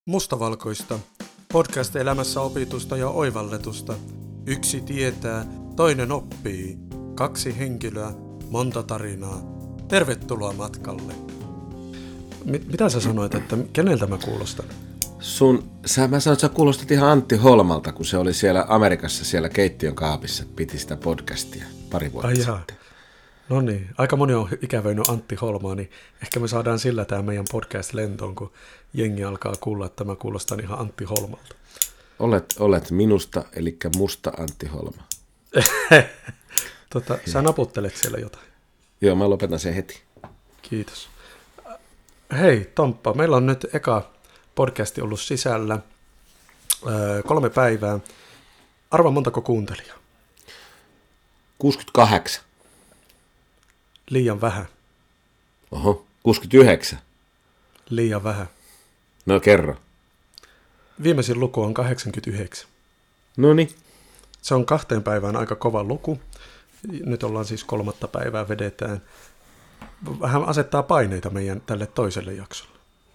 Mustavalkoista. Podcast elämässä opitusta ja oivalletusta. Yksi tietää, toinen oppii. Kaksi henkilöä, monta tarinaa. Tervetuloa matkalle. Mitä sä sanoit, että keneltä mä kuulostan? Mä sanoin, että sä kuulostat ihan Antti Holmalta, kun se oli siellä Amerikassa siellä keittiön kaapissa, piti sitä podcastia pari vuotta sitten. No niin, aika moni on ikävöinyt Antti Holmaa, niin ehkä me saadaan sillä tämä meidän podcast lentoon, kun jengi alkaa kuulla, että mä kuulostan ihan Antti Holmalta. Olet minusta, eli musta Antti Holma. Sä naputtelet siellä jotain. Joo, mä lopetan sen heti. Kiitos. Hei Tomppa, meillä on nyt eka podcasti ollut sisällä 3 päivää. Arva montako kuuntelijaa? 68. Liian vähän. Oho, 69. Liian vähän. No kerro. Viimeisin luku on 89. Noniin. Se on 2 päivään aika kova luku. Nyt ollaan siis 3. päivää vedetään. Vähän asettaa paineita meidän tälle toiselle jaksolle.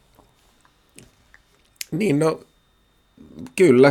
Niin, no, kyllä.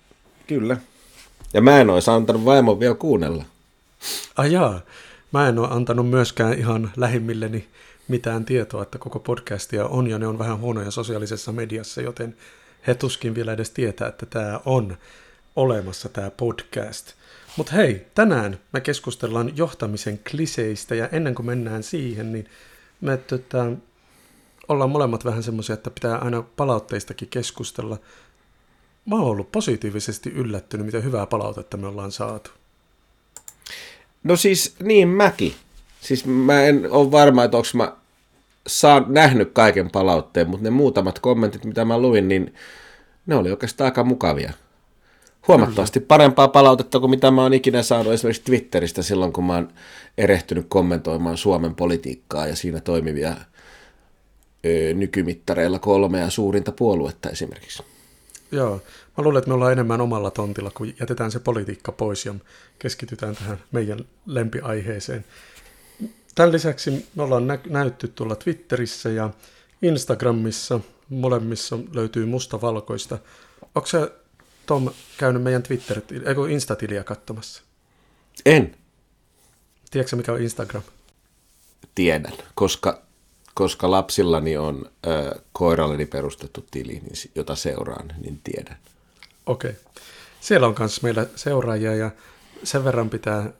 Ja mä en olisi antanut vaimon vielä kuunnella. Jaa, mä en ole antanut myöskään ihan lähimmilleni mitään tietoa, että koko podcastia on, ja ne on vähän huonoja sosiaalisessa mediassa, joten he tuskin vielä edes tietää, että tämä on olemassa, tämä podcast. Mutta hei, tänään me keskustellaan johtamisen kliseistä, ja ennen kuin mennään siihen, niin me ollaan molemmat vähän semmoisia, että pitää aina palautteistakin keskustella. Mä oon ollut positiivisesti yllättynyt, miten hyvää palautetta me ollaan saatu. No siis niin mäkin. Siis mä en ole varma, että onko mä nähnyt kaiken palautteen, mutta ne muutamat kommentit, mitä mä luin, niin ne oli oikeastaan aika mukavia. Huomattavasti parempaa palautetta kuin mitä mä oon ikinä saanut esimerkiksi Twitteristä silloin, kun mä oon erehtynyt kommentoimaan Suomen politiikkaa ja siinä toimivia nykymittareilla 3 suurinta puoluetta esimerkiksi. Joo, mä luulen, että me ollaan enemmän omalla tontilla, kun jätetään se politiikka pois ja keskitytään tähän meidän lempiaiheeseen. Tämän lisäksi me ollaan näytty tuolla Twitterissä ja Instagramissa, molemmissa löytyy mustavalkoista. Onko se, Tom, käynyt meidän Insta-tiliä katsomassa? En. Tiedätkö mikä on Instagram? Tiedän, koska lapsillani on koiralleni perustettu tili, jota seuraan, niin tiedän. Okei. Siellä on myös meillä seuraajia ja sen verran pitää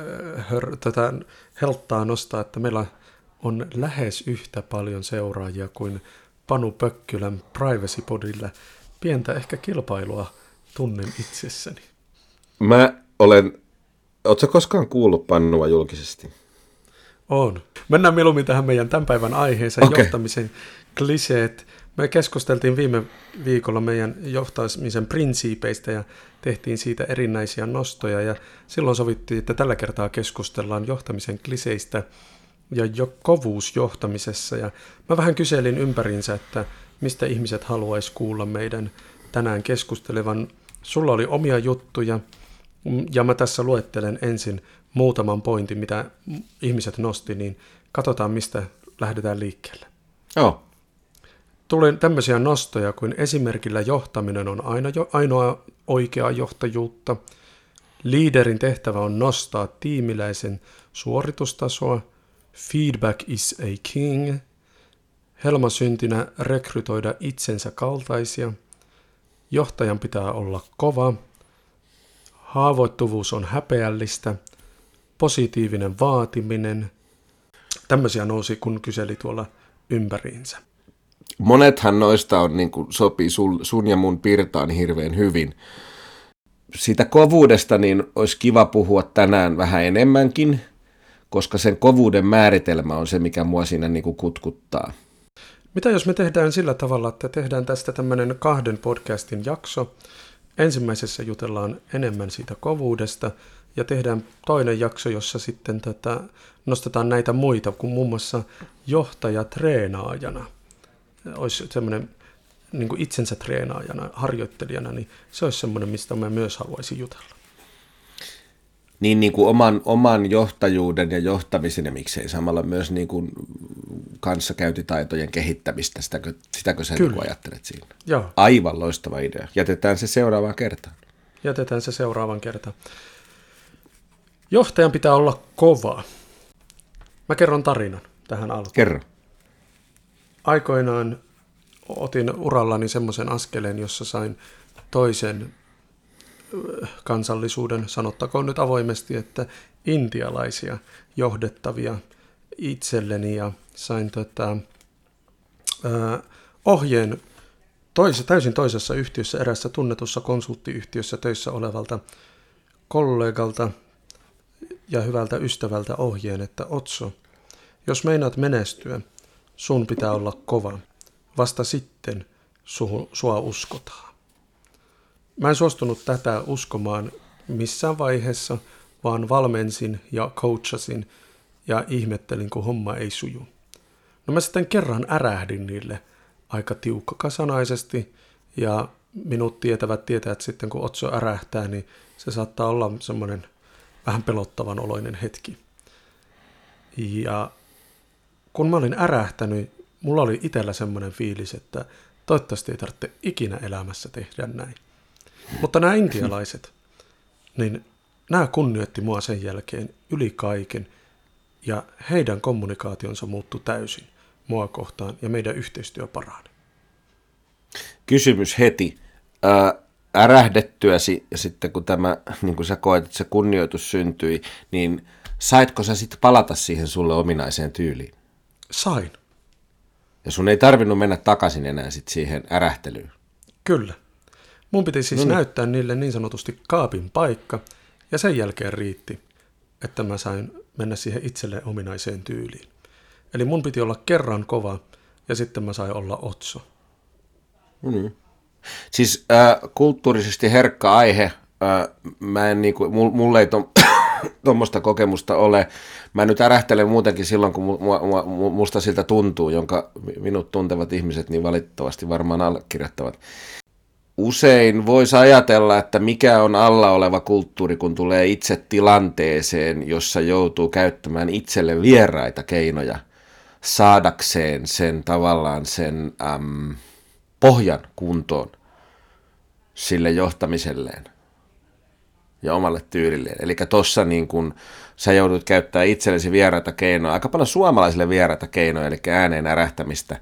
helttaa nostaa, että meillä on lähes yhtä paljon seuraajia kuin Panu Pökkylän Privacy Podilla. Pientä ehkä kilpailua tunnen itsessäni. Ootko koskaan kuullut Pannua julkisesti? On. Mennään mieluummin tähän meidän tämän päivän aiheeseen, johtamisen kliseet. Me keskusteltiin viime viikolla meidän johtamisen prinsiipeistä ja tehtiin siitä erinäisiä nostoja. Ja silloin sovittiin, että tällä kertaa keskustellaan johtamisen kliseistä ja kovuusjohtamisessa. Ja mä vähän kyselin ympäriinsä, että mistä ihmiset haluaisi kuulla meidän tänään keskustelevan. Sulla oli omia juttuja ja mä tässä luettelen ensin muutaman pointin, mitä ihmiset nosti, niin katsotaan, mistä lähdetään liikkeelle. Tuli tämmöisiä nostoja kuin esimerkillä johtaminen on ainoa oikea johtajuutta. Liiderin tehtävä on nostaa tiimiläisen suoritustasoa. Feedback is a king. Helmasyntinä rekrytoida itsensä kaltaisia. Johtajan pitää olla kova. Haavoittuvuus on häpeällistä. Positiivinen vaatiminen. Tämmöisiä nousi, kun kyseli tuolla ympäriinsä. Monethan noista on, niin kuin sopii sun ja mun pirtaan hirveän hyvin. Siitä kovuudesta niin olisi kiva puhua tänään vähän enemmänkin, koska sen kovuuden määritelmä on se, mikä mua siinä niin kuin kutkuttaa. Mitä jos me tehdään sillä tavalla, että tehdään tästä tämmöinen 2 podcastin jakso. Ensimmäisessä jutellaan enemmän siitä kovuudesta ja tehdään toinen jakso, jossa sitten nostetaan näitä muita, kuin muun muassa johtajatreenaajana. Olisi semmoinen niin kuin itsensä treenaajana, harjoittelijana, niin se olisi semmoinen, mistä mä myös haluaisin jutella. Niin kuin oman johtajuuden ja johtamisen ja miksei samalla myös niin kuin kanssakäyntitaitojen kehittämistä, sitäkö sä Kyllä. ajattelet siinä? Joo. Aivan loistava idea. Jätetään se seuraavaan kertaan. Jätetään se seuraavan kertaan. Johtajan pitää olla kova. Mä kerron tarinan tähän alkuun. Kerro. Aikoinaan otin urallani semmoisen askeleen, jossa sain toisen kansallisuuden, sanottakoon nyt avoimesti, että intialaisia johdettavia itselleni, ja sain ohjeen täysin toisessa yhtiössä, erässä tunnetussa konsulttiyhtiössä töissä olevalta kollegalta ja hyvältä ystävältä ohjeen, että Otso, jos meinaat menestyä, sun pitää olla kova. Vasta sitten sua uskotaan. Mä en suostunut tätä uskomaan missään vaiheessa, vaan valmensin ja coachasin ja ihmettelin, kun homma ei suju. No mä sitten kerran ärähdin niille aika tiukkakasanaisesti, ja minut tietävät sitten, kun Otso ärähtää, niin se saattaa olla semmoinen vähän pelottavan oloinen hetki. Ja kun mä olin ärähtänyt, mulla oli itsellä semmoinen fiilis, että toivottavasti ei tarvitse ikinä elämässä tehdä näin. Mutta nämä intialaiset, niin nämä kunnioitti mua sen jälkeen yli kaiken, ja heidän kommunikaationsa muuttui täysin mua kohtaan, ja meidän yhteistyö parani. Kysymys heti. Ärähdettyäsi, ja sitten kun tämä, niin kuin sä koet, että se kunnioitus syntyi, niin saitko sä sitten palata siihen sulle ominaiseen tyyliin? Sain. Ja sun ei tarvinnut mennä takaisin enää sit siihen ärähtelyyn? Kyllä. Mun piti siis näyttää niille niin sanotusti kaapin paikka, ja sen jälkeen riitti, että mä sain mennä siihen itselle ominaiseen tyyliin. Eli mun piti olla kerran kova, ja sitten mä sain olla Otso. Siis kulttuurisesti herkkä aihe. Mä en niinku, mulla ei tuommoista kokemusta ole. Mä nyt ärähtelen muutenkin silloin, kun musta siltä tuntuu, jonka minut tuntevat ihmiset niin valitettavasti varmaan allekirjoittavat. Usein voisi ajatella, että mikä on alla oleva kulttuuri, kun tulee itse tilanteeseen, jossa joutuu käyttämään itselle vieraita keinoja saadakseen sen tavallaan sen pohjan kuntoon sille johtamiselleen ja omalle tyylilleen. Eli tuossa niin kun sä joudut käyttämään itsellesi vieraita keinoja, aika paljon suomalaisille vieraita keinoja, eli ääneen ärähtämistä,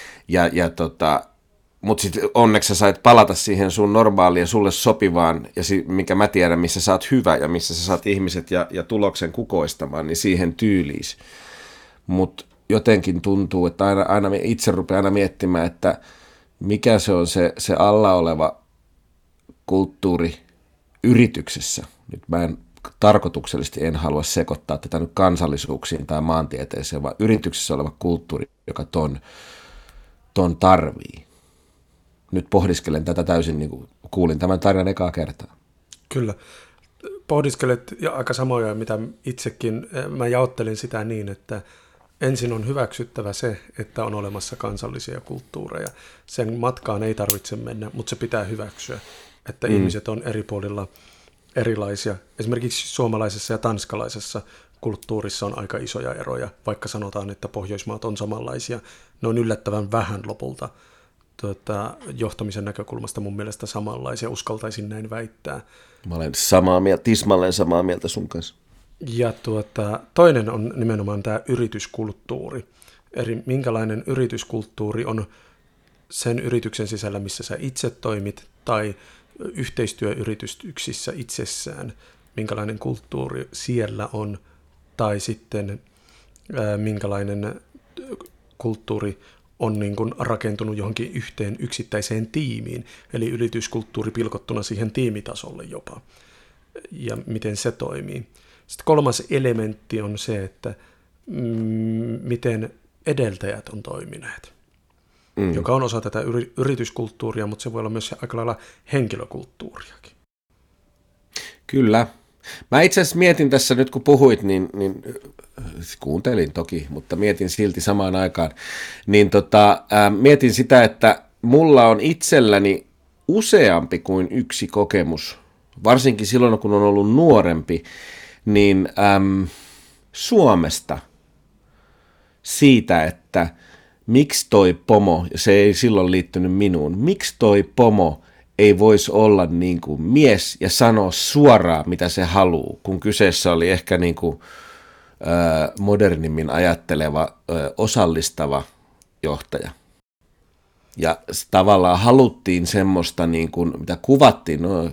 mutta sitten onneksi sä sait palata siihen sun normaaliin ja sulle sopivaan, ja minkä mä tiedän, missä sä oot hyvä ja missä sä saat ihmiset ja tuloksen kukoistamaan, niin siihen tyyliis. Mutta jotenkin tuntuu, että aina itse rupeaa aina miettimään, että mikä se on se alla oleva kulttuuri yrityksessä. Nyt mä tarkoituksellisesti en halua sekoittaa tätä nyt kansallisuuksiin tai maantieteeseen, vaan yrityksessä oleva kulttuuri, joka ton tarvii. Nyt pohdiskelen tätä täysin, niin kuin kuulin tämän tarinan ekaa kertaa. Kyllä. Pohdiskelet ja aika samoja, mitä itsekin. Mä jaottelin sitä niin, että ensin on hyväksyttävä se, että on olemassa kansallisia kulttuureja. Sen matkaan ei tarvitse mennä, mutta se pitää hyväksyä, että ihmiset on eri puolilla erilaisia. Esimerkiksi suomalaisessa ja tanskalaisessa kulttuurissa on aika isoja eroja, vaikka sanotaan, että Pohjoismaat on samanlaisia. Ne on yllättävän vähän lopulta johtamisen näkökulmasta mun mielestä samanlaisia, uskaltaisin näin väittää. Mä olen tismalleen samaa mieltä sun kanssa. Ja toinen on nimenomaan tämä yrityskulttuuri. Eli minkälainen yrityskulttuuri on sen yrityksen sisällä, missä sä itse toimit, tai yhteistyöyrityksissä itsessään, minkälainen kulttuuri siellä on, tai sitten minkälainen kulttuuri on niin kuin rakentunut johonkin yhteen yksittäiseen tiimiin, eli yrityskulttuuri pilkottuna siihen tiimitasolle jopa, ja miten se toimii. Sitten kolmas elementti on se, että miten edeltäjät on toimineet, joka on osa tätä yrityskulttuuria, mutta se voi olla myös aika lailla henkilökulttuuriakin. Kyllä. Mä itse asiassa mietin tässä nyt, kun puhuit, niin kuuntelin toki, mutta mietin silti samaan aikaan, niin mietin sitä, että mulla on itselläni useampi kuin yksi kokemus, varsinkin silloin, kun on ollut nuorempi, niin Suomesta siitä, että miksi toi pomo, se ei silloin liittynyt minuun, miksi toi pomo ei voisi olla niin kuin mies ja sanoa suoraan, mitä se haluaa, kun kyseessä oli ehkä niin kuin, modernimmin ajatteleva, osallistava johtaja. Ja tavallaan haluttiin semmoista, niin kuin, mitä kuvattiin, no,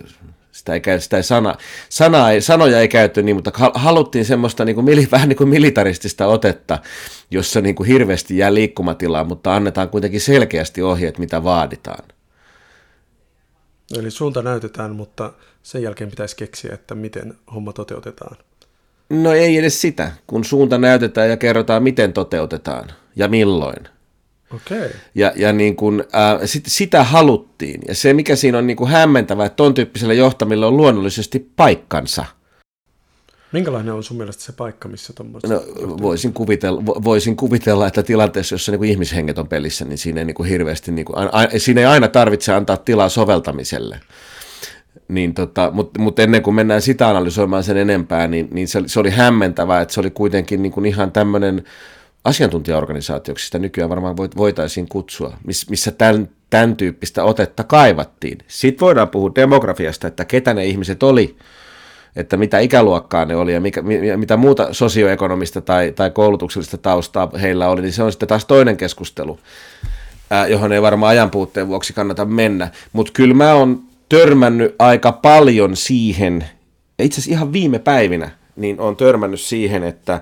sanoja ei käyty niin, mutta haluttiin semmoista niin kuin, vähän niin kuin militaristista otetta, jossa niin kuin hirveästi jää liikkumatilaa, mutta annetaan kuitenkin selkeästi ohjeet, mitä vaaditaan. Eli suunta näytetään, mutta sen jälkeen pitäisi keksiä, että miten homma toteutetaan. No ei edes sitä, kun suunta näytetään ja kerrotaan, miten toteutetaan ja milloin. Okei. Ja niin kuin, sitä haluttiin. Ja se, mikä siinä on niin kuin hämmentävää, että ton tyyppisellä johtamilla on luonnollisesti paikkansa. Minkälainen on sun mielestä se paikka, missä tuommoista? No, voisin kuvitella, että tilanteessa, jossa niin kuin ihmishenget on pelissä, niin siinä ei niin kuin hirveästi, niin kuin, siinä ei aina tarvitse antaa tilaa soveltamiselle. Niin mutta ennen kuin mennään sitä analysoimaan sen enempää, niin se oli hämmentävää, että se oli kuitenkin niin kuin ihan tämmöinen asiantuntijaorganisaatioksi, sitä nykyään varmaan voitaisiin kutsua, missä tämän tyyppistä otetta kaivattiin. Sitten voidaan puhua demografiasta, että ketä ne ihmiset oli, että mitä ikäluokkaa ne oli ja mitä muuta sosioekonomista tai koulutuksellista taustaa heillä oli, niin se on sitten taas toinen keskustelu, johon ei varmaan ajanpuutteen vuoksi kannata mennä. Mutta kyllä mä oon törmännyt aika paljon siihen, ja itse asiassa ihan viime päivinä, niin on törmännyt siihen,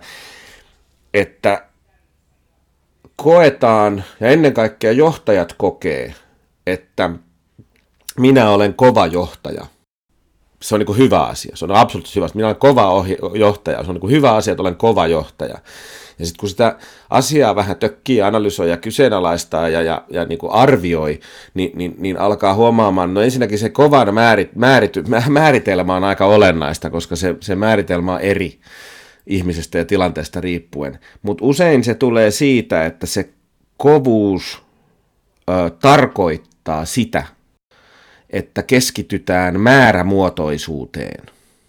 että koetaan, ja ennen kaikkea johtajat kokee, että minä olen kova johtaja. Se on niin kuin hyvä asia, se on absoluuttisesti hyvä asia. Minä olen kova johtaja, se on niin kuin hyvä asia, että olen kova johtaja. Ja sitten kun sitä asiaa vähän tökkii, analysoi ja kyseenalaistaa ja niin kuin arvioi, niin alkaa huomaamaan, no ensinnäkin se kovan määritelmä on aika olennaista, koska se määritelmä on eri ihmisestä ja tilanteesta riippuen. Mutta usein se tulee siitä, että se kovuus tarkoittaa sitä, että keskitytään määrämuotoisuuteen.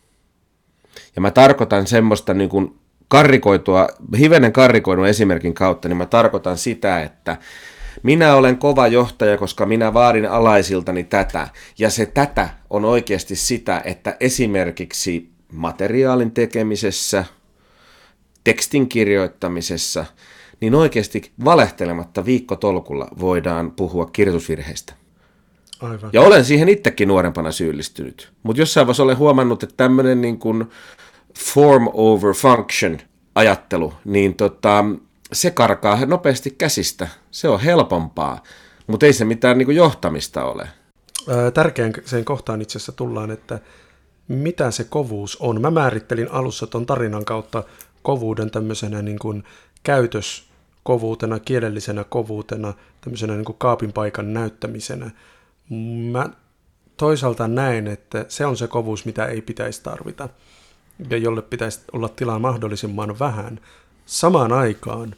Ja mä tarkoitan semmoista niin kuin hivenen karrikoidun esimerkin kautta, niin mä tarkoitan sitä, että minä olen kova johtaja, koska minä vaadin alaisiltani tätä. Ja se tätä on oikeasti sitä, että esimerkiksi materiaalin tekemisessä, tekstin kirjoittamisessa, niin oikeasti valehtelematta viikkotolkulla voidaan puhua kirjoitusvirheistä. Aivan. Ja olen siihen itsekin nuorempana syyllistynyt. Mutta jossain vaiheessa olen huomannut, että tämmöinen niin kuin form over function ajattelu, niin se karkaa nopeasti käsistä. Se on helpompaa, mutta ei se mitään niin kuin johtamista ole. Tärkeän sen kohtaan itse asiassa tullaan, että mitä se kovuus on. Mä määrittelin alussa ton tarinan kautta kovuuden tämmöisenä niin kuin käytöskovuutena, kielellisenä kovuutena, tämmöisenä niin kuin kaapin paikan näyttämisenä. Mä toisaalta näen, että se on se kovuus, mitä ei pitäisi tarvita ja jolle pitäisi olla tilaa mahdollisimman vähän. Samaan aikaan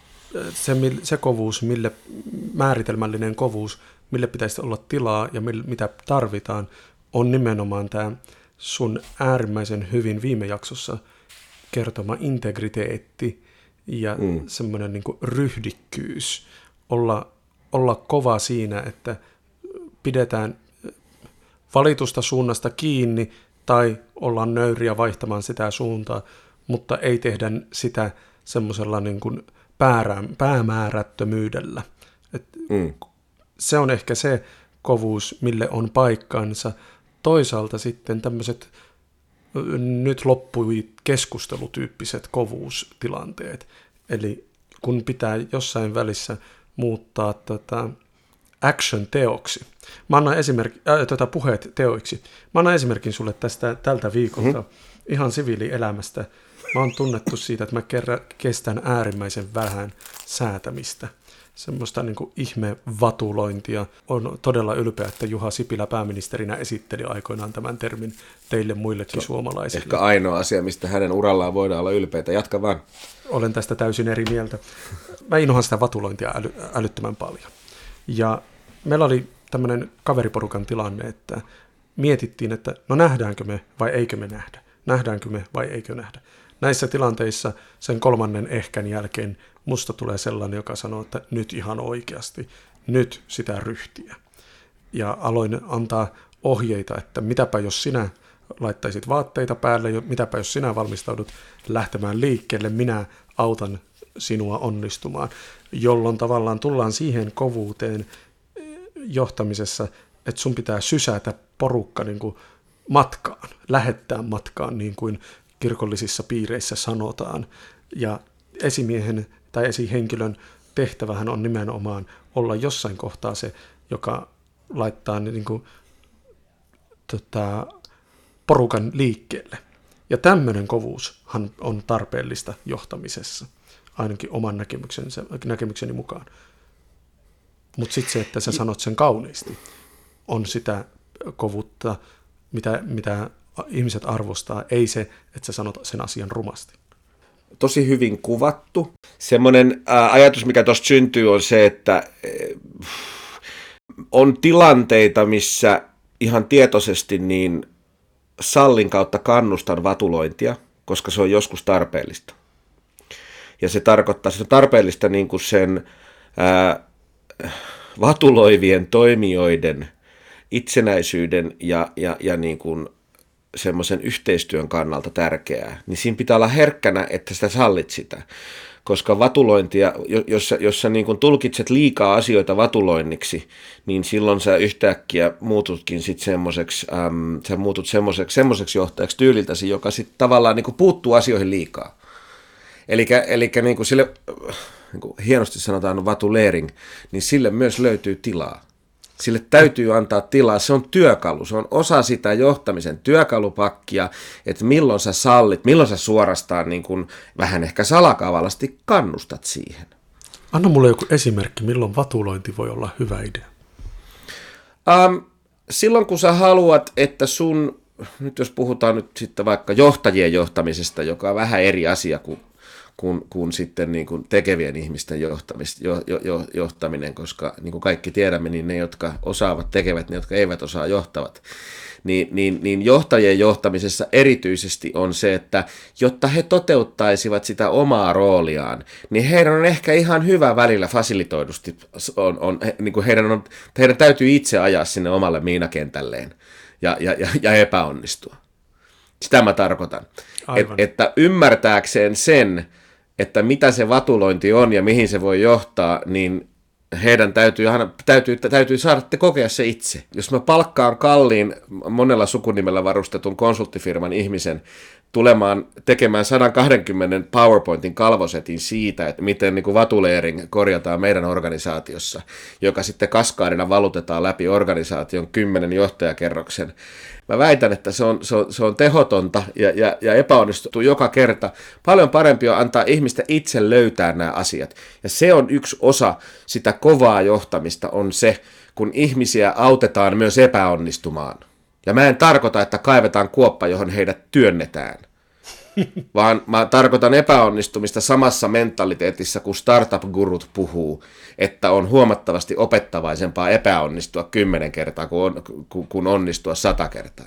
se kovuus, määritelmällinen kovuus, mille pitäisi olla tilaa ja mitä tarvitaan, on nimenomaan tämä sun äärimmäisen hyvin viime jaksossa kertoma integriteetti ja semmoinen niin kuin ryhdikkyys. Olla kova siinä, että pidetään valitusta suunnasta kiinni tai ollaan nöyriä vaihtamaan sitä suuntaa, mutta ei tehdä sitä semmoisella niin kuin päämäärättömyydellä. Se on ehkä se kovuus, mille on paikkansa. Toisaalta sitten tämmöiset nyt loppui keskustelutyyppiset kovuustilanteet. Eli kun pitää jossain välissä muuttaa action-teoksi. Mä annan puheet teoiksi. Mä annan esimerkin sulle tältä viikolta ihan siviilielämästä. Mä oon tunnettu siitä, että mä kestän äärimmäisen vähän säätämistä. Semmoista niin kuin ihmevatulointia. On todella ylpeä, että Juha Sipilä pääministerinä esitteli aikoinaan tämän termin teille muillekin suomalaisille. Ehkä ainoa asia, mistä hänen urallaan voidaan olla ylpeitä. Jatka vaan. Olen tästä täysin eri mieltä. Mä inhoan sitä vatulointia älyttömän paljon. Ja meillä oli tämmöinen kaveriporukan tilanne, että mietittiin, että no nähdäänkö me vai eikö me nähdä? Nähdäänkö me vai eikö nähdä? Näissä tilanteissa sen 3. ehkän jälkeen musta tulee sellainen, joka sanoo, että nyt ihan oikeasti, nyt sitä ryhtiä. Ja aloin antaa ohjeita, että mitäpä jos sinä laittaisit vaatteita päälle, mitäpä jos sinä valmistaudut lähtemään liikkeelle, minä autan sinua onnistumaan, jolloin tavallaan tullaan siihen kovuuteen johtamisessa, että sun pitää sysätä porukka niin kuin matkaan, lähettää matkaan, niin kuin kirkollisissa piireissä sanotaan. Ja esimiehen tai esihenkilön tehtävähän on nimenomaan olla jossain kohtaa se, joka laittaa niin kuin, porukan liikkeelle. Ja tämmöinen kovuushan on tarpeellista johtamisessa, ainakin oman näkemykseni mukaan. Mutta sitten se, että sä sanot sen kauniisti, on sitä kovuutta, mitä ihmiset arvostaa, ei se, että sä sanot sen asian rumasti. Tosi hyvin kuvattu. Semmoinen ajatus, mikä tuosta syntyy, on se, että on tilanteita, missä ihan tietoisesti niin sallin kautta kannustan vatulointia, koska se on joskus tarpeellista. Ja se tarkoittaa, se on tarpeellista niin kuin sen vatuloivien toimijoiden itsenäisyyden ja niin kuin semmoisen yhteistyön kannalta tärkeää, niin siinä pitää olla herkkänä, että sä sallit sitä. Koska vatulointia, jos sä niin kuin tulkitset liikaa asioita vatuloinniksi, niin silloin sä yhtäkkiä muututkin sitten semmoiseksi johtajaksi tyyliltäsi, joka sitten tavallaan niin kuin puuttuu asioihin liikaa. Eli niin kuin sille, niin kuin hienosti sanotaan vatuleering, niin sille myös löytyy tilaa. Sille täytyy antaa tilaa, se on työkalu, se on osa sitä johtamisen työkalupakkia, että milloin sä sallit, milloin sä suorastaan niin kuin vähän ehkä salakavalasti kannustat siihen. Anna mulle joku esimerkki, milloin vatulointi voi olla hyvä idea. Silloin kun sä haluat, että nyt jos puhutaan nyt sitten vaikka johtajien johtamisesta, joka on vähän eri asia kuin sitten niin kuin tekevien ihmisten johtaminen, koska niin kuin kaikki tiedämme, niin ne, jotka osaavat, tekevät, ne, jotka eivät osaa, johtavat. Niin johtajien johtamisessa erityisesti on se, että jotta he toteuttaisivat sitä omaa rooliaan, niin heidän on ehkä ihan hyvä välillä fasilitoidusti, niin kuin heidän täytyy itse ajaa sinne omalle miinakentälleen ja epäonnistua. Sitä mä tarkoitan. Että ymmärtääkseen sen, että mitä se vatulointi on ja mihin se voi johtaa, niin heidän täytyy saada kokea se itse. Jos mä palkkaan kalliin, monella sukunimellä varustetun konsulttifirman ihmisen tekemään 120 PowerPointin kalvosetin siitä, että miten niin kuin vatuleering korjataan meidän organisaatiossa, joka sitten kaskaadina valutetaan läpi organisaation 10 johtajakerroksen. Mä väitän, että se on tehotonta ja epäonnistuu joka kerta. Paljon parempi on antaa ihmistä itse löytää nämä asiat. Ja se on yksi osa sitä kovaa johtamista, on se, kun ihmisiä autetaan myös epäonnistumaan. Ja mä en tarkoita, että kaivetaan kuoppa, johon heidät työnnetään, vaan mä tarkoitan epäonnistumista samassa mentaliteetissa, kun startup-gurut puhuu, että on huomattavasti opettavaisempaa epäonnistua 10 kertaa kuin onnistua 100 kertaa.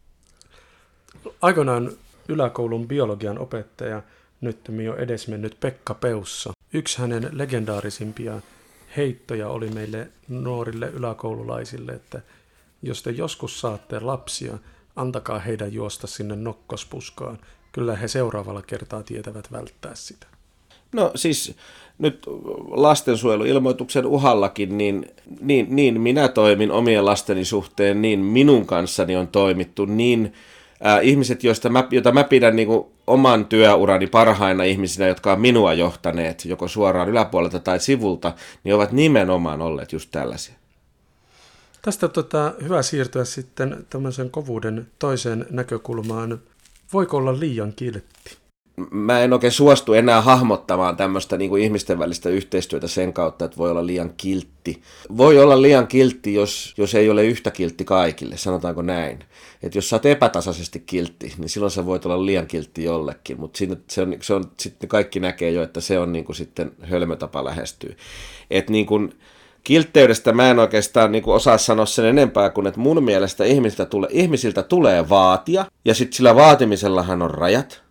Aikoinaan yläkoulun biologian opettaja, nyt jo edesmennyt Pekka Peussa, yksi hänen legendaarisimpia heittoja oli meille nuorille yläkoululaisille, että jos te joskus saatte lapsia, antakaa heidän juosta sinne nokkospuskaan. Kyllä he seuraavalla kertaa tietävät välttää sitä. No siis nyt lastensuojeluilmoituksen uhallakin, niin minä toimin omien lasteni suhteen, niin minun kanssani on toimittu, niin ihmiset, joita mä pidän niin kuin oman työurani parhaina ihmisinä, jotka on minua johtaneet, joko suoraan yläpuolelta tai sivulta, niin ovat nimenomaan olleet just tällaisia. Tästä hyvä siirtyä sitten tämmöisen kovuuden toiseen näkökulmaan. Voiko olla liian kiltti? Mä en oikein suostu enää hahmottamaan tämmöistä niin kuin ihmisten välistä yhteistyötä sen kautta, että voi olla liian kiltti. Voi olla liian kiltti, jos ei ole yhtä kiltti kaikille, sanotaanko näin. Että jos sä oot epätasaisesti kiltti, niin silloin sä voit olla liian kiltti jollekin, mutta se on sitten kaikki näkee jo, että se on niin kuin sitten hölmötapa lähestyy. Että niin kuin kiltteydestä mä en oikeastaan niin kuin osaa sanoa sen enempää kuin, että mun mielestä ihmisiltä tulee vaatia, ja sitten sillä vaatimisellahan on rajat.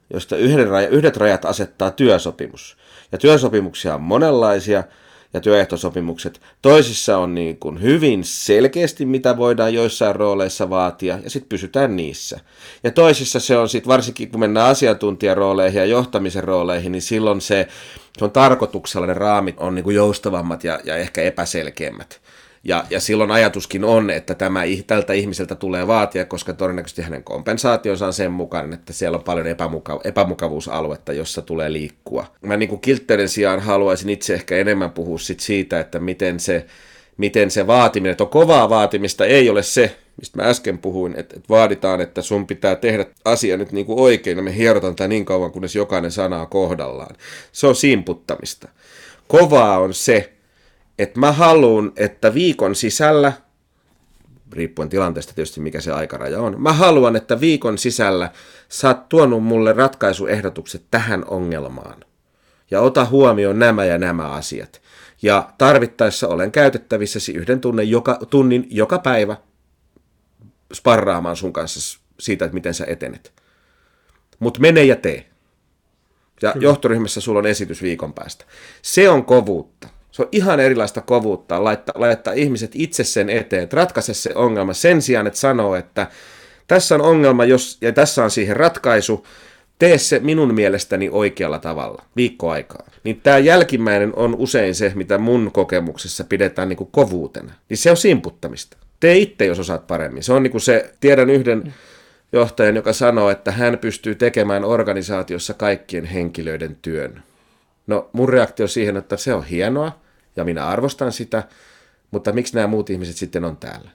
josta yhdet rajat asettaa työsopimus. Ja työsopimuksia on monenlaisia, ja työehtosopimukset. Toisissa on niin kuin hyvin selkeästi, mitä voidaan joissain rooleissa vaatia, ja sitten pysytään niissä. Ja toisissa se on sitten, varsinkin kun mennään asiantuntijarooleihin ja johtamisen rooleihin, niin silloin se on tarkoituksella, ne raamit on niin kuin joustavammat ja ehkä epäselkeämmät. Ja silloin ajatuskin on, että tältä ihmiseltä tulee vaatia, koska todennäköisesti hänen kompensaationsa on sen mukainen, että siellä on paljon epämukavuusaluetta, jossa tulee liikkua. Mä niin kuin kiltteyden sijaan haluaisin itse ehkä enemmän puhua siitä, että miten se vaatiminen, että on kovaa vaatimista, ei ole se, mistä mä äsken puhuin, että vaaditaan, että sun pitää tehdä asia nyt niin kuin oikein, ja me hierotaan tätä niin kauan, kunnes jokainen sana on kohdallaan. Se on simputtamista. Kovaa on se, että mä haluan, että viikon sisällä, riippuen tilanteesta tietysti mikä se aikaraja on, mä haluan, että viikon sisällä sä oot tuonut mulle ratkaisuehdotukset tähän ongelmaan. Ja ota huomioon nämä ja nämä asiat. Ja tarvittaessa olen käytettävissäsi tunnin joka päivä sparraamaan sun kanssa siitä, että miten sä etenet. Mut mene ja tee. Ja johtoryhmässä sulla on esitys viikon päästä. Se on kovuutta. Se on ihan erilaista kovuutta laittaa ihmiset itse sen eteen, että ratkaise se ongelma sen sijaan, että sanoo, että tässä on ongelma ja tässä on siihen ratkaisu, tee se minun mielestäni oikealla tavalla, viikkoaikaa. Niin tämä jälkimmäinen on usein se, mitä mun kokemuksessa pidetään niin kuin kovuutena. Niin se on simputtamista. Tee itse, jos osaat paremmin. Se on niin kuin se, tiedän yhden johtajan, joka sanoo, että hän pystyy tekemään organisaatiossa kaikkien henkilöiden työn. No mun reaktio siihen, että se on hienoa ja minä arvostan sitä, mutta miksi nämä muut ihmiset sitten on täällä?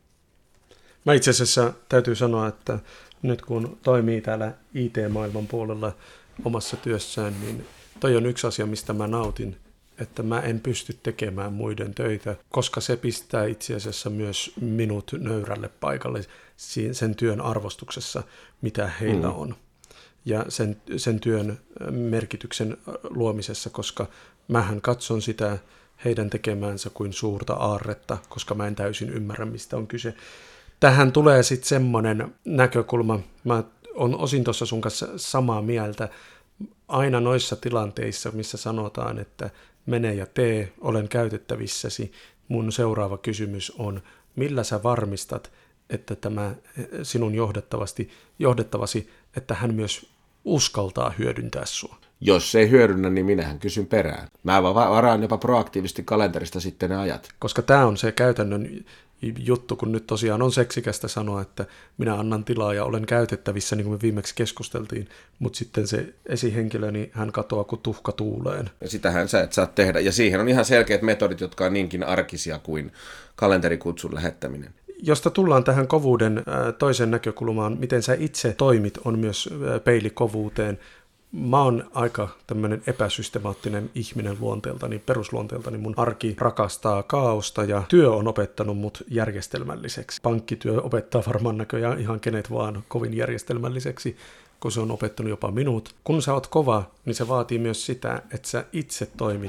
Mä itse asiassa täytyy sanoa, että nyt kun toimii täällä IT-maailman puolella omassa työssään, niin toi on yksi asia, mistä mä nautin, että mä en pysty tekemään muiden töitä, koska se pistää itse asiassa myös minut nöyrälle paikalle sen työn arvostuksessa, mitä heillä on. Ja sen työn merkityksen luomisessa, koska mähän katson sitä heidän tekemäänsä kuin suurta aarretta, koska mä en täysin ymmärrä, mistä on kyse. Tähän tulee sitten semmoinen näkökulma, mä oon osin tuossa sun kanssa samaa mieltä, aina noissa tilanteissa, missä sanotaan, että mene ja tee, olen käytettävissäsi, mun seuraava kysymys on, millä sä varmistat, että tämä sinun johdettavasi, että hän myös uskaltaa hyödyntää sua. Jos ei hyödynnä, niin minähän kysyn perään. Mä varaan jopa proaktiivisesti kalenterista sitten ne ajat. Koska tämä on se käytännön juttu, kun nyt tosiaan on seksikästä sanoa, että minä annan tilaa ja olen käytettävissä, niin kuin me viimeksi keskusteltiin, mutta sitten se esihenkilö, niin hän katoaa kuin tuhka tuuleen. Ja sitähän sä et saa tehdä. Ja siihen on ihan selkeät metodit, jotka on niinkin arkisia kuin kalenterikutsun lähettäminen. Josta tullaan tähän kovuuden toisen näkökulmaan, miten sä itse toimit, on myös peili kovuuteen. Mä oon aika tämmöinen epäsystemaattinen ihminen luonteeltani, perusluonteeltani. Mun arki rakastaa kaaosta ja työ on opettanut mut järjestelmälliseksi. Pankkityö opettaa varmaan näköjään ihan kenet vaan kovin järjestelmälliseksi, kun se on opettanut jopa minut. Kun sä oot kova, niin se vaatii myös sitä, että sä itse toimit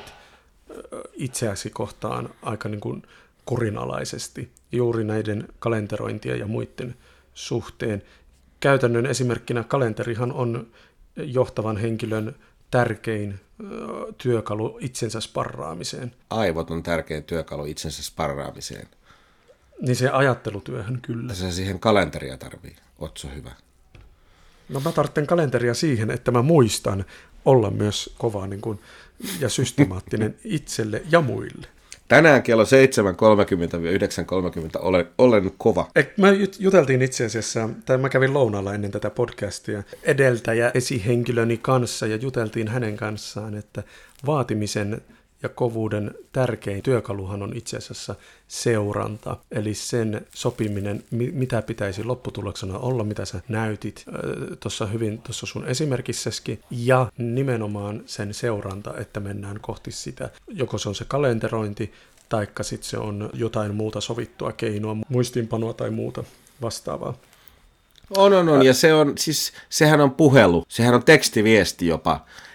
itseäsi kohtaan aika niin kuin kurinalaisesti juuri näiden kalenterointien ja muiden suhteen. Käytännön esimerkkinä kalenterihan on johtavan henkilön tärkein työkalu itsensä sparraamiseen. Aivot on tärkein työkalu itsensä sparraamiseen. Niin se ajattelutyöhön kyllä. Se siihen kalenteria tarvii. Otso hyvä. No mä tarvitsen kalenteria siihen, että mä muistan olla myös kova niin kuin, ja systemaattinen itselle ja muille. Tänään kello 7.30-9.30 olen kova. Me juteltiin itse asiassa, tai mä kävin lounaalla ennen tätä podcastia edeltäjä esihenkilöni kanssa ja juteltiin hänen kanssaan, että vaatimisen ja kovuuden tärkein työkaluhan on itse asiassa seuranta, eli sen sopiminen, mitä pitäisi lopputuloksena olla, mitä sä näytit tuossa sun esimerkissäskin, ja nimenomaan sen seuranta, että mennään kohti sitä. Joko se on se kalenterointi, taikka sitten se on jotain muuta sovittua keinoa, muistiinpanoa tai muuta vastaavaa. On, ja sehän on puhelu, sehän on tekstiviesti jopa.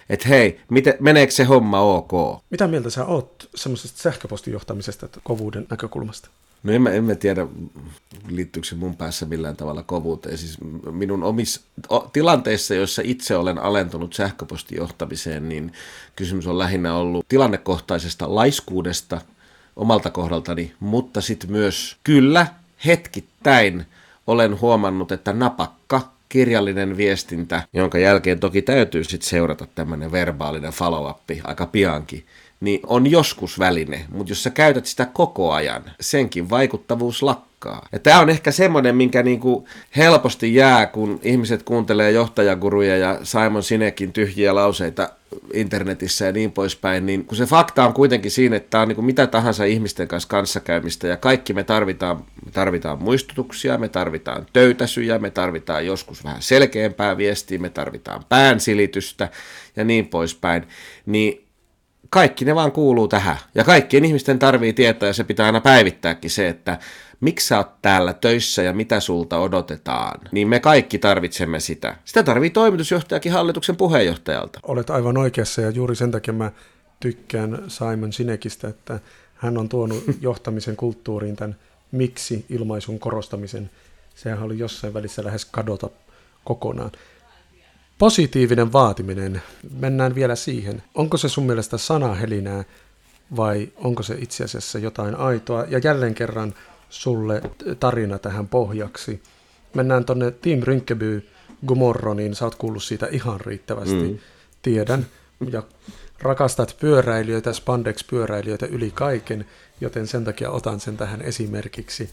että hei, meneekö se homma ok? Mitä mieltä sä oot semmoisesta sähköpostijohtamisesta kovuuden näkökulmasta? No en mä tiedä, liittyykö se mun päässä millään tavalla kovuuteen. Siis minun omissa tilanteissa, joissa itse olen alentunut sähköpostijohtamiseen, niin kysymys on lähinnä ollut tilannekohtaisesta laiskuudesta omalta kohdaltani, mutta sitten myös kyllä hetkittäin olen huomannut, että napakka kirjallinen viestintä, jonka jälkeen toki täytyy sitten seurata tämmöinen verbaalinen follow-up aika piankin, niin on joskus väline, mutta jos sä käytät sitä koko ajan, senkin vaikuttavuus lakkaa. Ja tämä on ehkä semmoinen, minkä niinku helposti jää, kun ihmiset kuuntelee johtajaguruja ja Simon Sinekin tyhjiä lauseita internetissä ja niin poispäin, niin kun se fakta on kuitenkin siinä, että tämä on niinku mitä tahansa ihmisten kanssa kanssakäymistä ja kaikki me tarvitaan muistutuksia, me tarvitaan töytäsyjä, me tarvitaan joskus vähän selkeämpää viestiä, me tarvitaan päänsilitystä ja niin poispäin, niin kaikki ne vaan kuuluu tähän. Ja kaikkien ihmisten tarvii tietää, ja se pitää aina päivittääkin se, että miksi sä oot täällä töissä ja mitä sulta odotetaan. Niin me kaikki tarvitsemme sitä. Sitä tarvii toimitusjohtajakin hallituksen puheenjohtajalta. Olet aivan oikeassa, ja juuri sen takia mä tykkään Simon Sinekistä, että hän on tuonut johtamisen kulttuuriin tämän miksi-ilmaisun korostamisen. Sehän oli jossain välissä lähes kadota kokonaan. Positiivinen vaatiminen, mennään vielä siihen. Onko se sun mielestä sanahelinää vai onko se itse asiassa jotain aitoa? Ja jälleen kerran sulle tarina tähän pohjaksi. Mennään tonne Team Rynkeby Gomorro, niin sä oot kuullut siitä ihan riittävästi. Tiedän. Ja rakastat pyöräilijöitä, spandex-pyöräilijöitä yli kaiken, joten sen takia otan sen tähän esimerkiksi.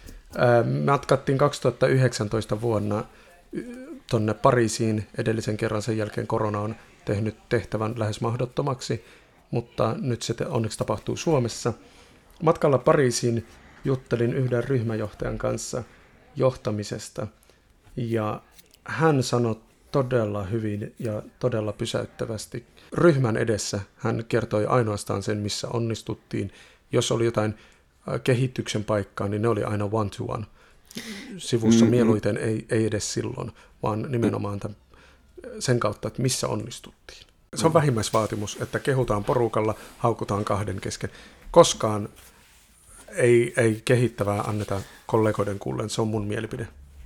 Matkattiin 2019 vuonna tuonne Pariisiin. Edellisen kerran sen jälkeen korona on tehnyt tehtävän lähes mahdottomaksi, mutta nyt se onneksi tapahtuu Suomessa. Matkalla Pariisiin juttelin yhden ryhmäjohtajan kanssa johtamisesta, ja hän sanoi todella hyvin ja todella pysäyttävästi. Ryhmän edessä hän kertoi ainoastaan sen, missä onnistuttiin. Jos oli jotain kehityksen paikkaa, niin ne oli aina one-to-one. Sivussa mieluiten ei edes silloin, vaan nimenomaan sen kautta, että missä onnistuttiin. Se on vähimmäisvaatimus, että kehutaan porukalla, haukutaan kahden kesken. Koskaan ei kehittävää anneta kollegoiden kuulleen, se on mun mielipide.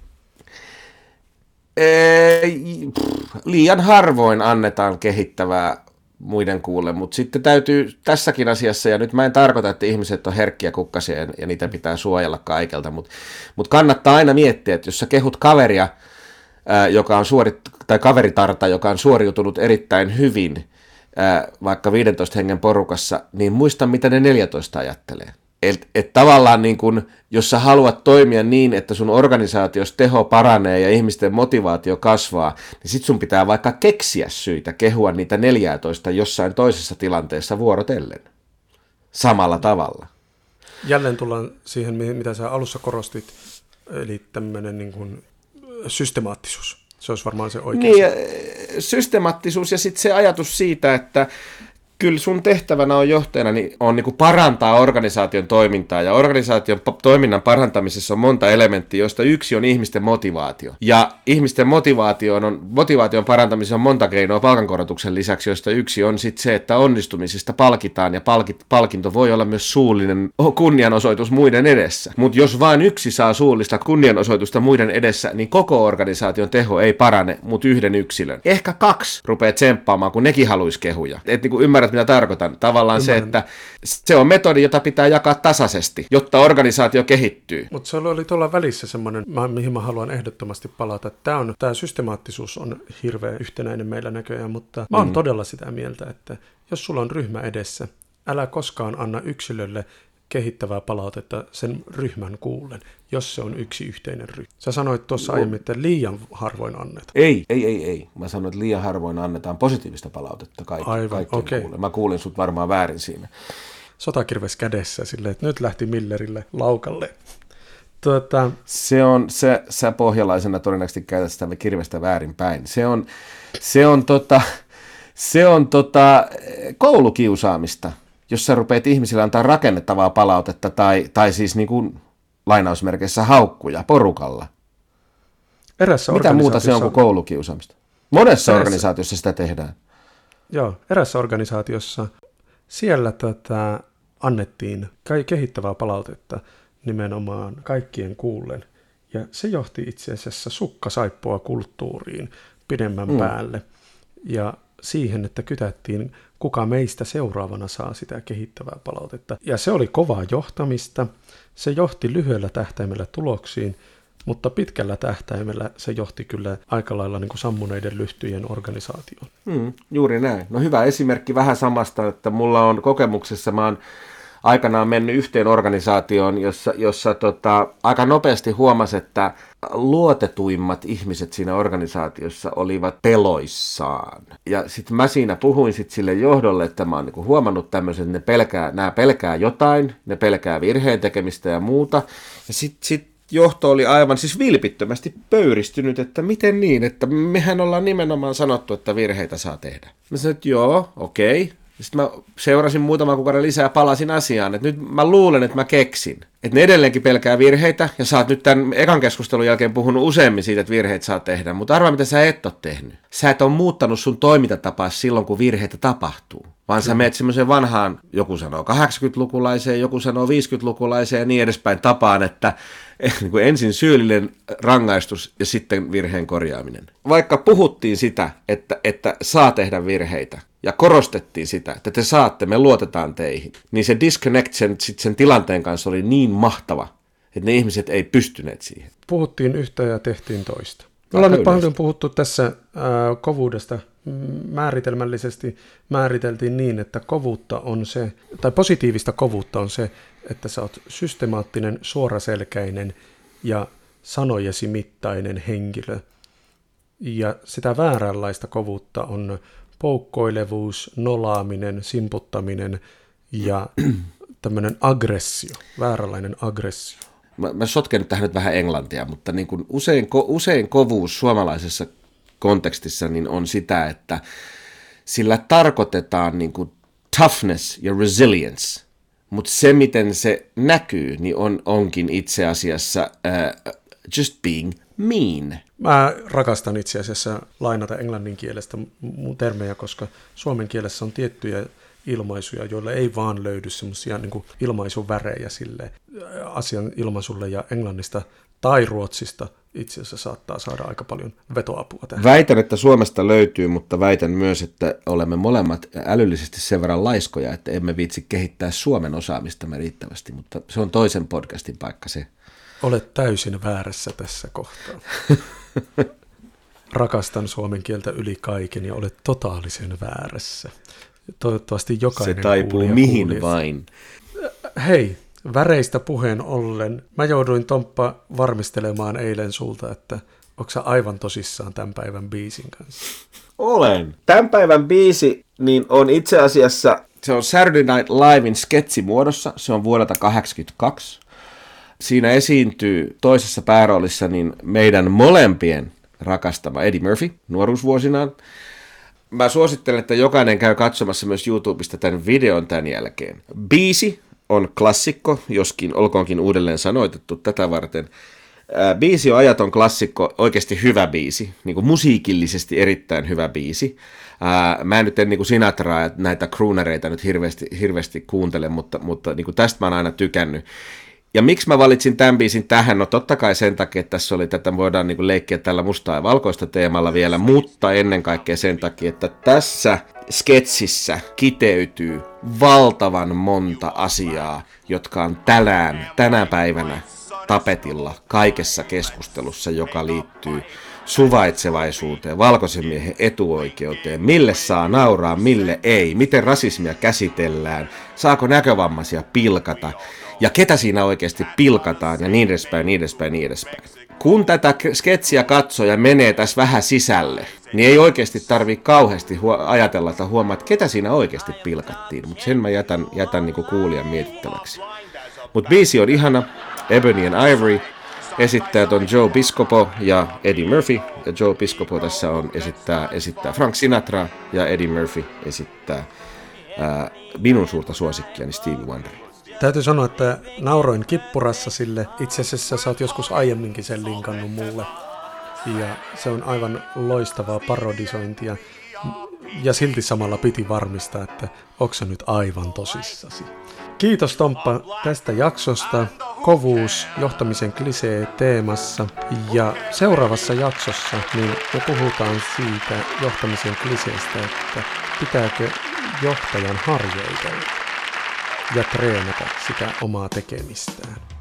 Liian harvoin annetaan kehittävää muiden kuulle, mutta sitten täytyy tässäkin asiassa, ja nyt mä en tarkoita, että ihmiset on herkkiä kukkasia ja niitä pitää suojella kaikelta, mutta kannattaa aina miettiä, että jos sä kehut kaveria, joka on tai kaveritarta, joka on suoriutunut erittäin hyvin, vaikka 15 hengen porukassa, niin muista, mitä ne 14 ajattelee. Et tavallaan niin kun, jos sä haluat toimia niin, että sun organisaatiossa teho paranee ja ihmisten motivaatio kasvaa, niin sit sun pitää vaikka keksiä syitä kehua niitä 14 jossain toisessa tilanteessa vuorotellen. Samalla tavalla. Jälleen tullaan siihen, mitä sä alussa korostit, eli tämmöinen niin kuin systemaattisuus. Se olisi varmaan se oikea. Niin, systemaattisuus ja sitten se ajatus siitä, että kyllä sun tehtävänä on johtajana on niin kuin parantaa organisaation toimintaa, ja organisaation toiminnan parantamisessa on monta elementtiä, joista yksi on ihmisten motivaatio. Ja ihmisten motivaation parantamisessa on monta keinoa palkankorotuksen lisäksi, joista yksi on sitten se, että onnistumisesta palkitaan, ja palkinto voi olla myös suullinen kunnianosoitus muiden edessä. Mutta jos vain yksi saa suullista kunnianosoitusta muiden edessä, niin koko organisaation teho ei parane, mutta yhden yksilön. Ehkä 2 rupeaa tsemppaamaan, kun nekin haluaisi kehuja. Et niin kuin ymmärrät, mitä tarkoitan. Tavallaan se, että se on metodi, jota pitää jakaa tasaisesti, jotta organisaatio kehittyy. Mutta se oli tuolla välissä semmoinen, mihin mä haluan ehdottomasti palata. Tämä systemaattisuus on hirveän yhtenäinen meillä näköjään, mutta mä oon todella sitä mieltä, että jos sulla on ryhmä edessä, älä koskaan anna yksilölle kehittävää palautetta sen ryhmän kuullen, jos se on yksi yhteinen ryhmä. Sä sanoit tuossa aiemmin, että liian harvoin annetaan. Ei. Mä sanoin, että liian harvoin annetaan positiivista palautetta kaikkien kuullen. Mä kuulin sut varmaan väärin siinä. Sotakirves kädessä silleen, että nyt lähti Millerille laukalle. Sä pohjalaisena todennäköisesti käytät sitä kirvestä väärinpäin. Se on koulukiusaamista, jos sä rupeat ihmisille antaa rakennettavaa palautetta tai siis niin kuin lainausmerkeissä haukkuja porukalla. Mitä muuta se on kuin koulukiusaamista? Monessa organisaatiossa sitä tehdään. Joo, erässä organisaatiossa siellä annettiin kehittävää palautetta nimenomaan kaikkien kuullen. Ja se johti itse asiassa sukkasaippua kulttuuriin pidemmän päälle. Ja siihen, että kytättiin, kuka meistä seuraavana saa sitä kehittävää palautetta. Ja se oli kovaa johtamista. Se johti lyhyellä tähtäimellä tuloksiin, mutta pitkällä tähtäimellä se johti kyllä aika lailla niin kuin sammuneiden lyhtyjen organisaatioon. Juuri näin. No hyvä esimerkki vähän samasta, että mulla on kokemuksessa, mä oon aikanaan mennyt yhteen organisaatioon, jossa aika nopeasti huomasi, että luotetuimmat ihmiset siinä organisaatiossa olivat peloissaan. Ja sitten mä siinä puhuin sille johdolle, että mä oon niinku huomannut tämmöisen, että nämä pelkää jotain, ne pelkää virheen tekemistä ja muuta. Ja sitten johto oli aivan siis vilpittömästi pöyristynyt, että miten niin, että mehän ollaan nimenomaan sanottu, että virheitä saa tehdä. Mä sanoin, että joo, okei. Sitten mä seurasin muutaman kuukauden lisää ja palasin asiaan, että nyt mä luulen, että mä keksin. Että ne edelleenkin pelkää virheitä, ja sä oot nyt tämän ekan keskustelun jälkeen puhunut useammin siitä, että virheitä saa tehdä. Mutta arvaa, mitä sä et ole tehnyt. Sä et ole muuttanut sun toimintatapaa silloin, kun virheitä tapahtuu. Vaan sä meet semmoiseen vanhaan, joku sanoo 80-lukulaiseen, joku sanoo 50-lukulaiseen ja niin edespäin tapaan, että niin kuin ensin syyllinen rangaistus ja sitten virheen korjaaminen. Vaikka puhuttiin sitä, että saa tehdä virheitä, ja korostettiin sitä, että te saatte, me luotetaan teihin, niin se disconnect sen tilanteen kanssa oli niin mahtava, että ne ihmiset ei pystyneet siihen. Puhuttiin yhtä ja tehtiin toista. Me ollaan nyt paljon puhuttu tässä kovuudesta. Määritelmällisesti määriteltiin niin, että kovuutta on se, tai positiivista kovuutta on se, että sä oot systemaattinen, suoraselkäinen ja sanojesi mittainen henkilö. Ja sitä vääränlaista kovuutta on poukkoilevuus, nolaaminen, simputtaminen ja tämmöinen aggressio, vääränlainen aggressio. Mä sotken tähän nyt vähän englantia, mutta niin kuin usein kovuus suomalaisessa kontekstissa niin on sitä, että sillä tarkoitetaan niin kuin toughness ja resilience, mutta se miten se näkyy, niin onkin itse asiassa just being mean. Mä rakastan itse asiassa lainata englannin kielestä mun termejä, koska suomen kielessä on tiettyjä ilmaisuja, joilla ei vaan löydy semmoisia niin kuin ilmaisuvärejä sille asian ilmaisulle, ja englannista tai ruotsista itse asiassa saattaa saada aika paljon vetoapua tähän. Väitän, että Suomesta löytyy, mutta väitän myös, että olemme molemmat älyllisesti sen verran laiskoja, että emme viitsi kehittää Suomen osaamistamme riittävästi, mutta se on toisen podcastin paikka se. Olet täysin väärässä tässä kohtaa. Rakastan suomen kieltä yli kaiken ja olet totaalisen väärässä. Toivottavasti jokainen se taipuu mihin vain. Hei, väreistä puheen ollen. Mä jouduin, Tomppa, varmistelemaan eilen sulta, että onko sä aivan tosissaan tämän päivän biisin kanssa? Olen. Tämän päivän biisi niin on itse asiassa, se on Saturday Night Livein sketsimuodossa. Se on vuodelta 1982. Siinä esiintyy toisessa pääroolissa niin meidän molempien rakastama Eddie Murphy nuoruusvuosinaan. Mä suosittelen, että jokainen käy katsomassa myös YouTubesta tämän videon tämän jälkeen. Biisi on klassikko, joskin olkoonkin uudelleen sanoitettu tätä varten. Biisi on ajaton klassikko, oikeasti hyvä biisi, niin kuin musiikillisesti erittäin hyvä biisi. Mä en nyt niin kuin Sinatraa ja näitä croonereita nyt hirveästi kuuntele, mutta niin kuin tästä mä oon aina tykännyt. Ja miksi mä valitsin tämän biisin tähän? No totta kai sen takia, että tässä oli tätä, voidaan niin kuin leikkiä tällä mustaa ja valkoista teemalla vielä, mutta ennen kaikkea sen takia, että tässä sketsissä kiteytyy valtavan monta asiaa, jotka on tänä päivänä tapetilla kaikessa keskustelussa, joka liittyy suvaitsevaisuuteen, valkoisen miehen etuoikeuteen, mille saa nauraa, mille ei, miten rasismia käsitellään, saako näkövammaisia pilkata, ja ketä siinä oikeasti pilkataan, ja niin edespäin, niin edespäin, niin edespäin. Kun tätä sketsiä katsoo ja menee tässä vähän sisälle, niin ei oikeasti tarvitse kauheasti ajatella, että huomaa, että ketä siinä oikeasti pilkattiin, mutta sen mä jätän niin kuin kuulijan mietittäväksi. Mutta biisi on ihana, Ebony and Ivory, esittäjät on Joe Piscopo ja Eddie Murphy, ja Joe Piscopo tässä on esittää Frank Sinatra, ja Eddie Murphy esittää minun suurta suosikkiani Stevie Wonderia. Täytyy sanoa, että nauroin kippurassa sille. Itse asiassa sä oot joskus aiemminkin sen linkannut mulle. Ja se on aivan loistavaa parodisointia. Ja silti samalla piti varmistaa, että onko se nyt aivan tosissasi. Kiitos Tomppa tästä jaksosta. Kovuus, johtamisen kliseet teemassa. Ja seuraavassa jaksossa niin me puhutaan siitä johtamisen kliseestä, että pitääkö johtajan harjoitella ja treenata sitä omaa tekemistään.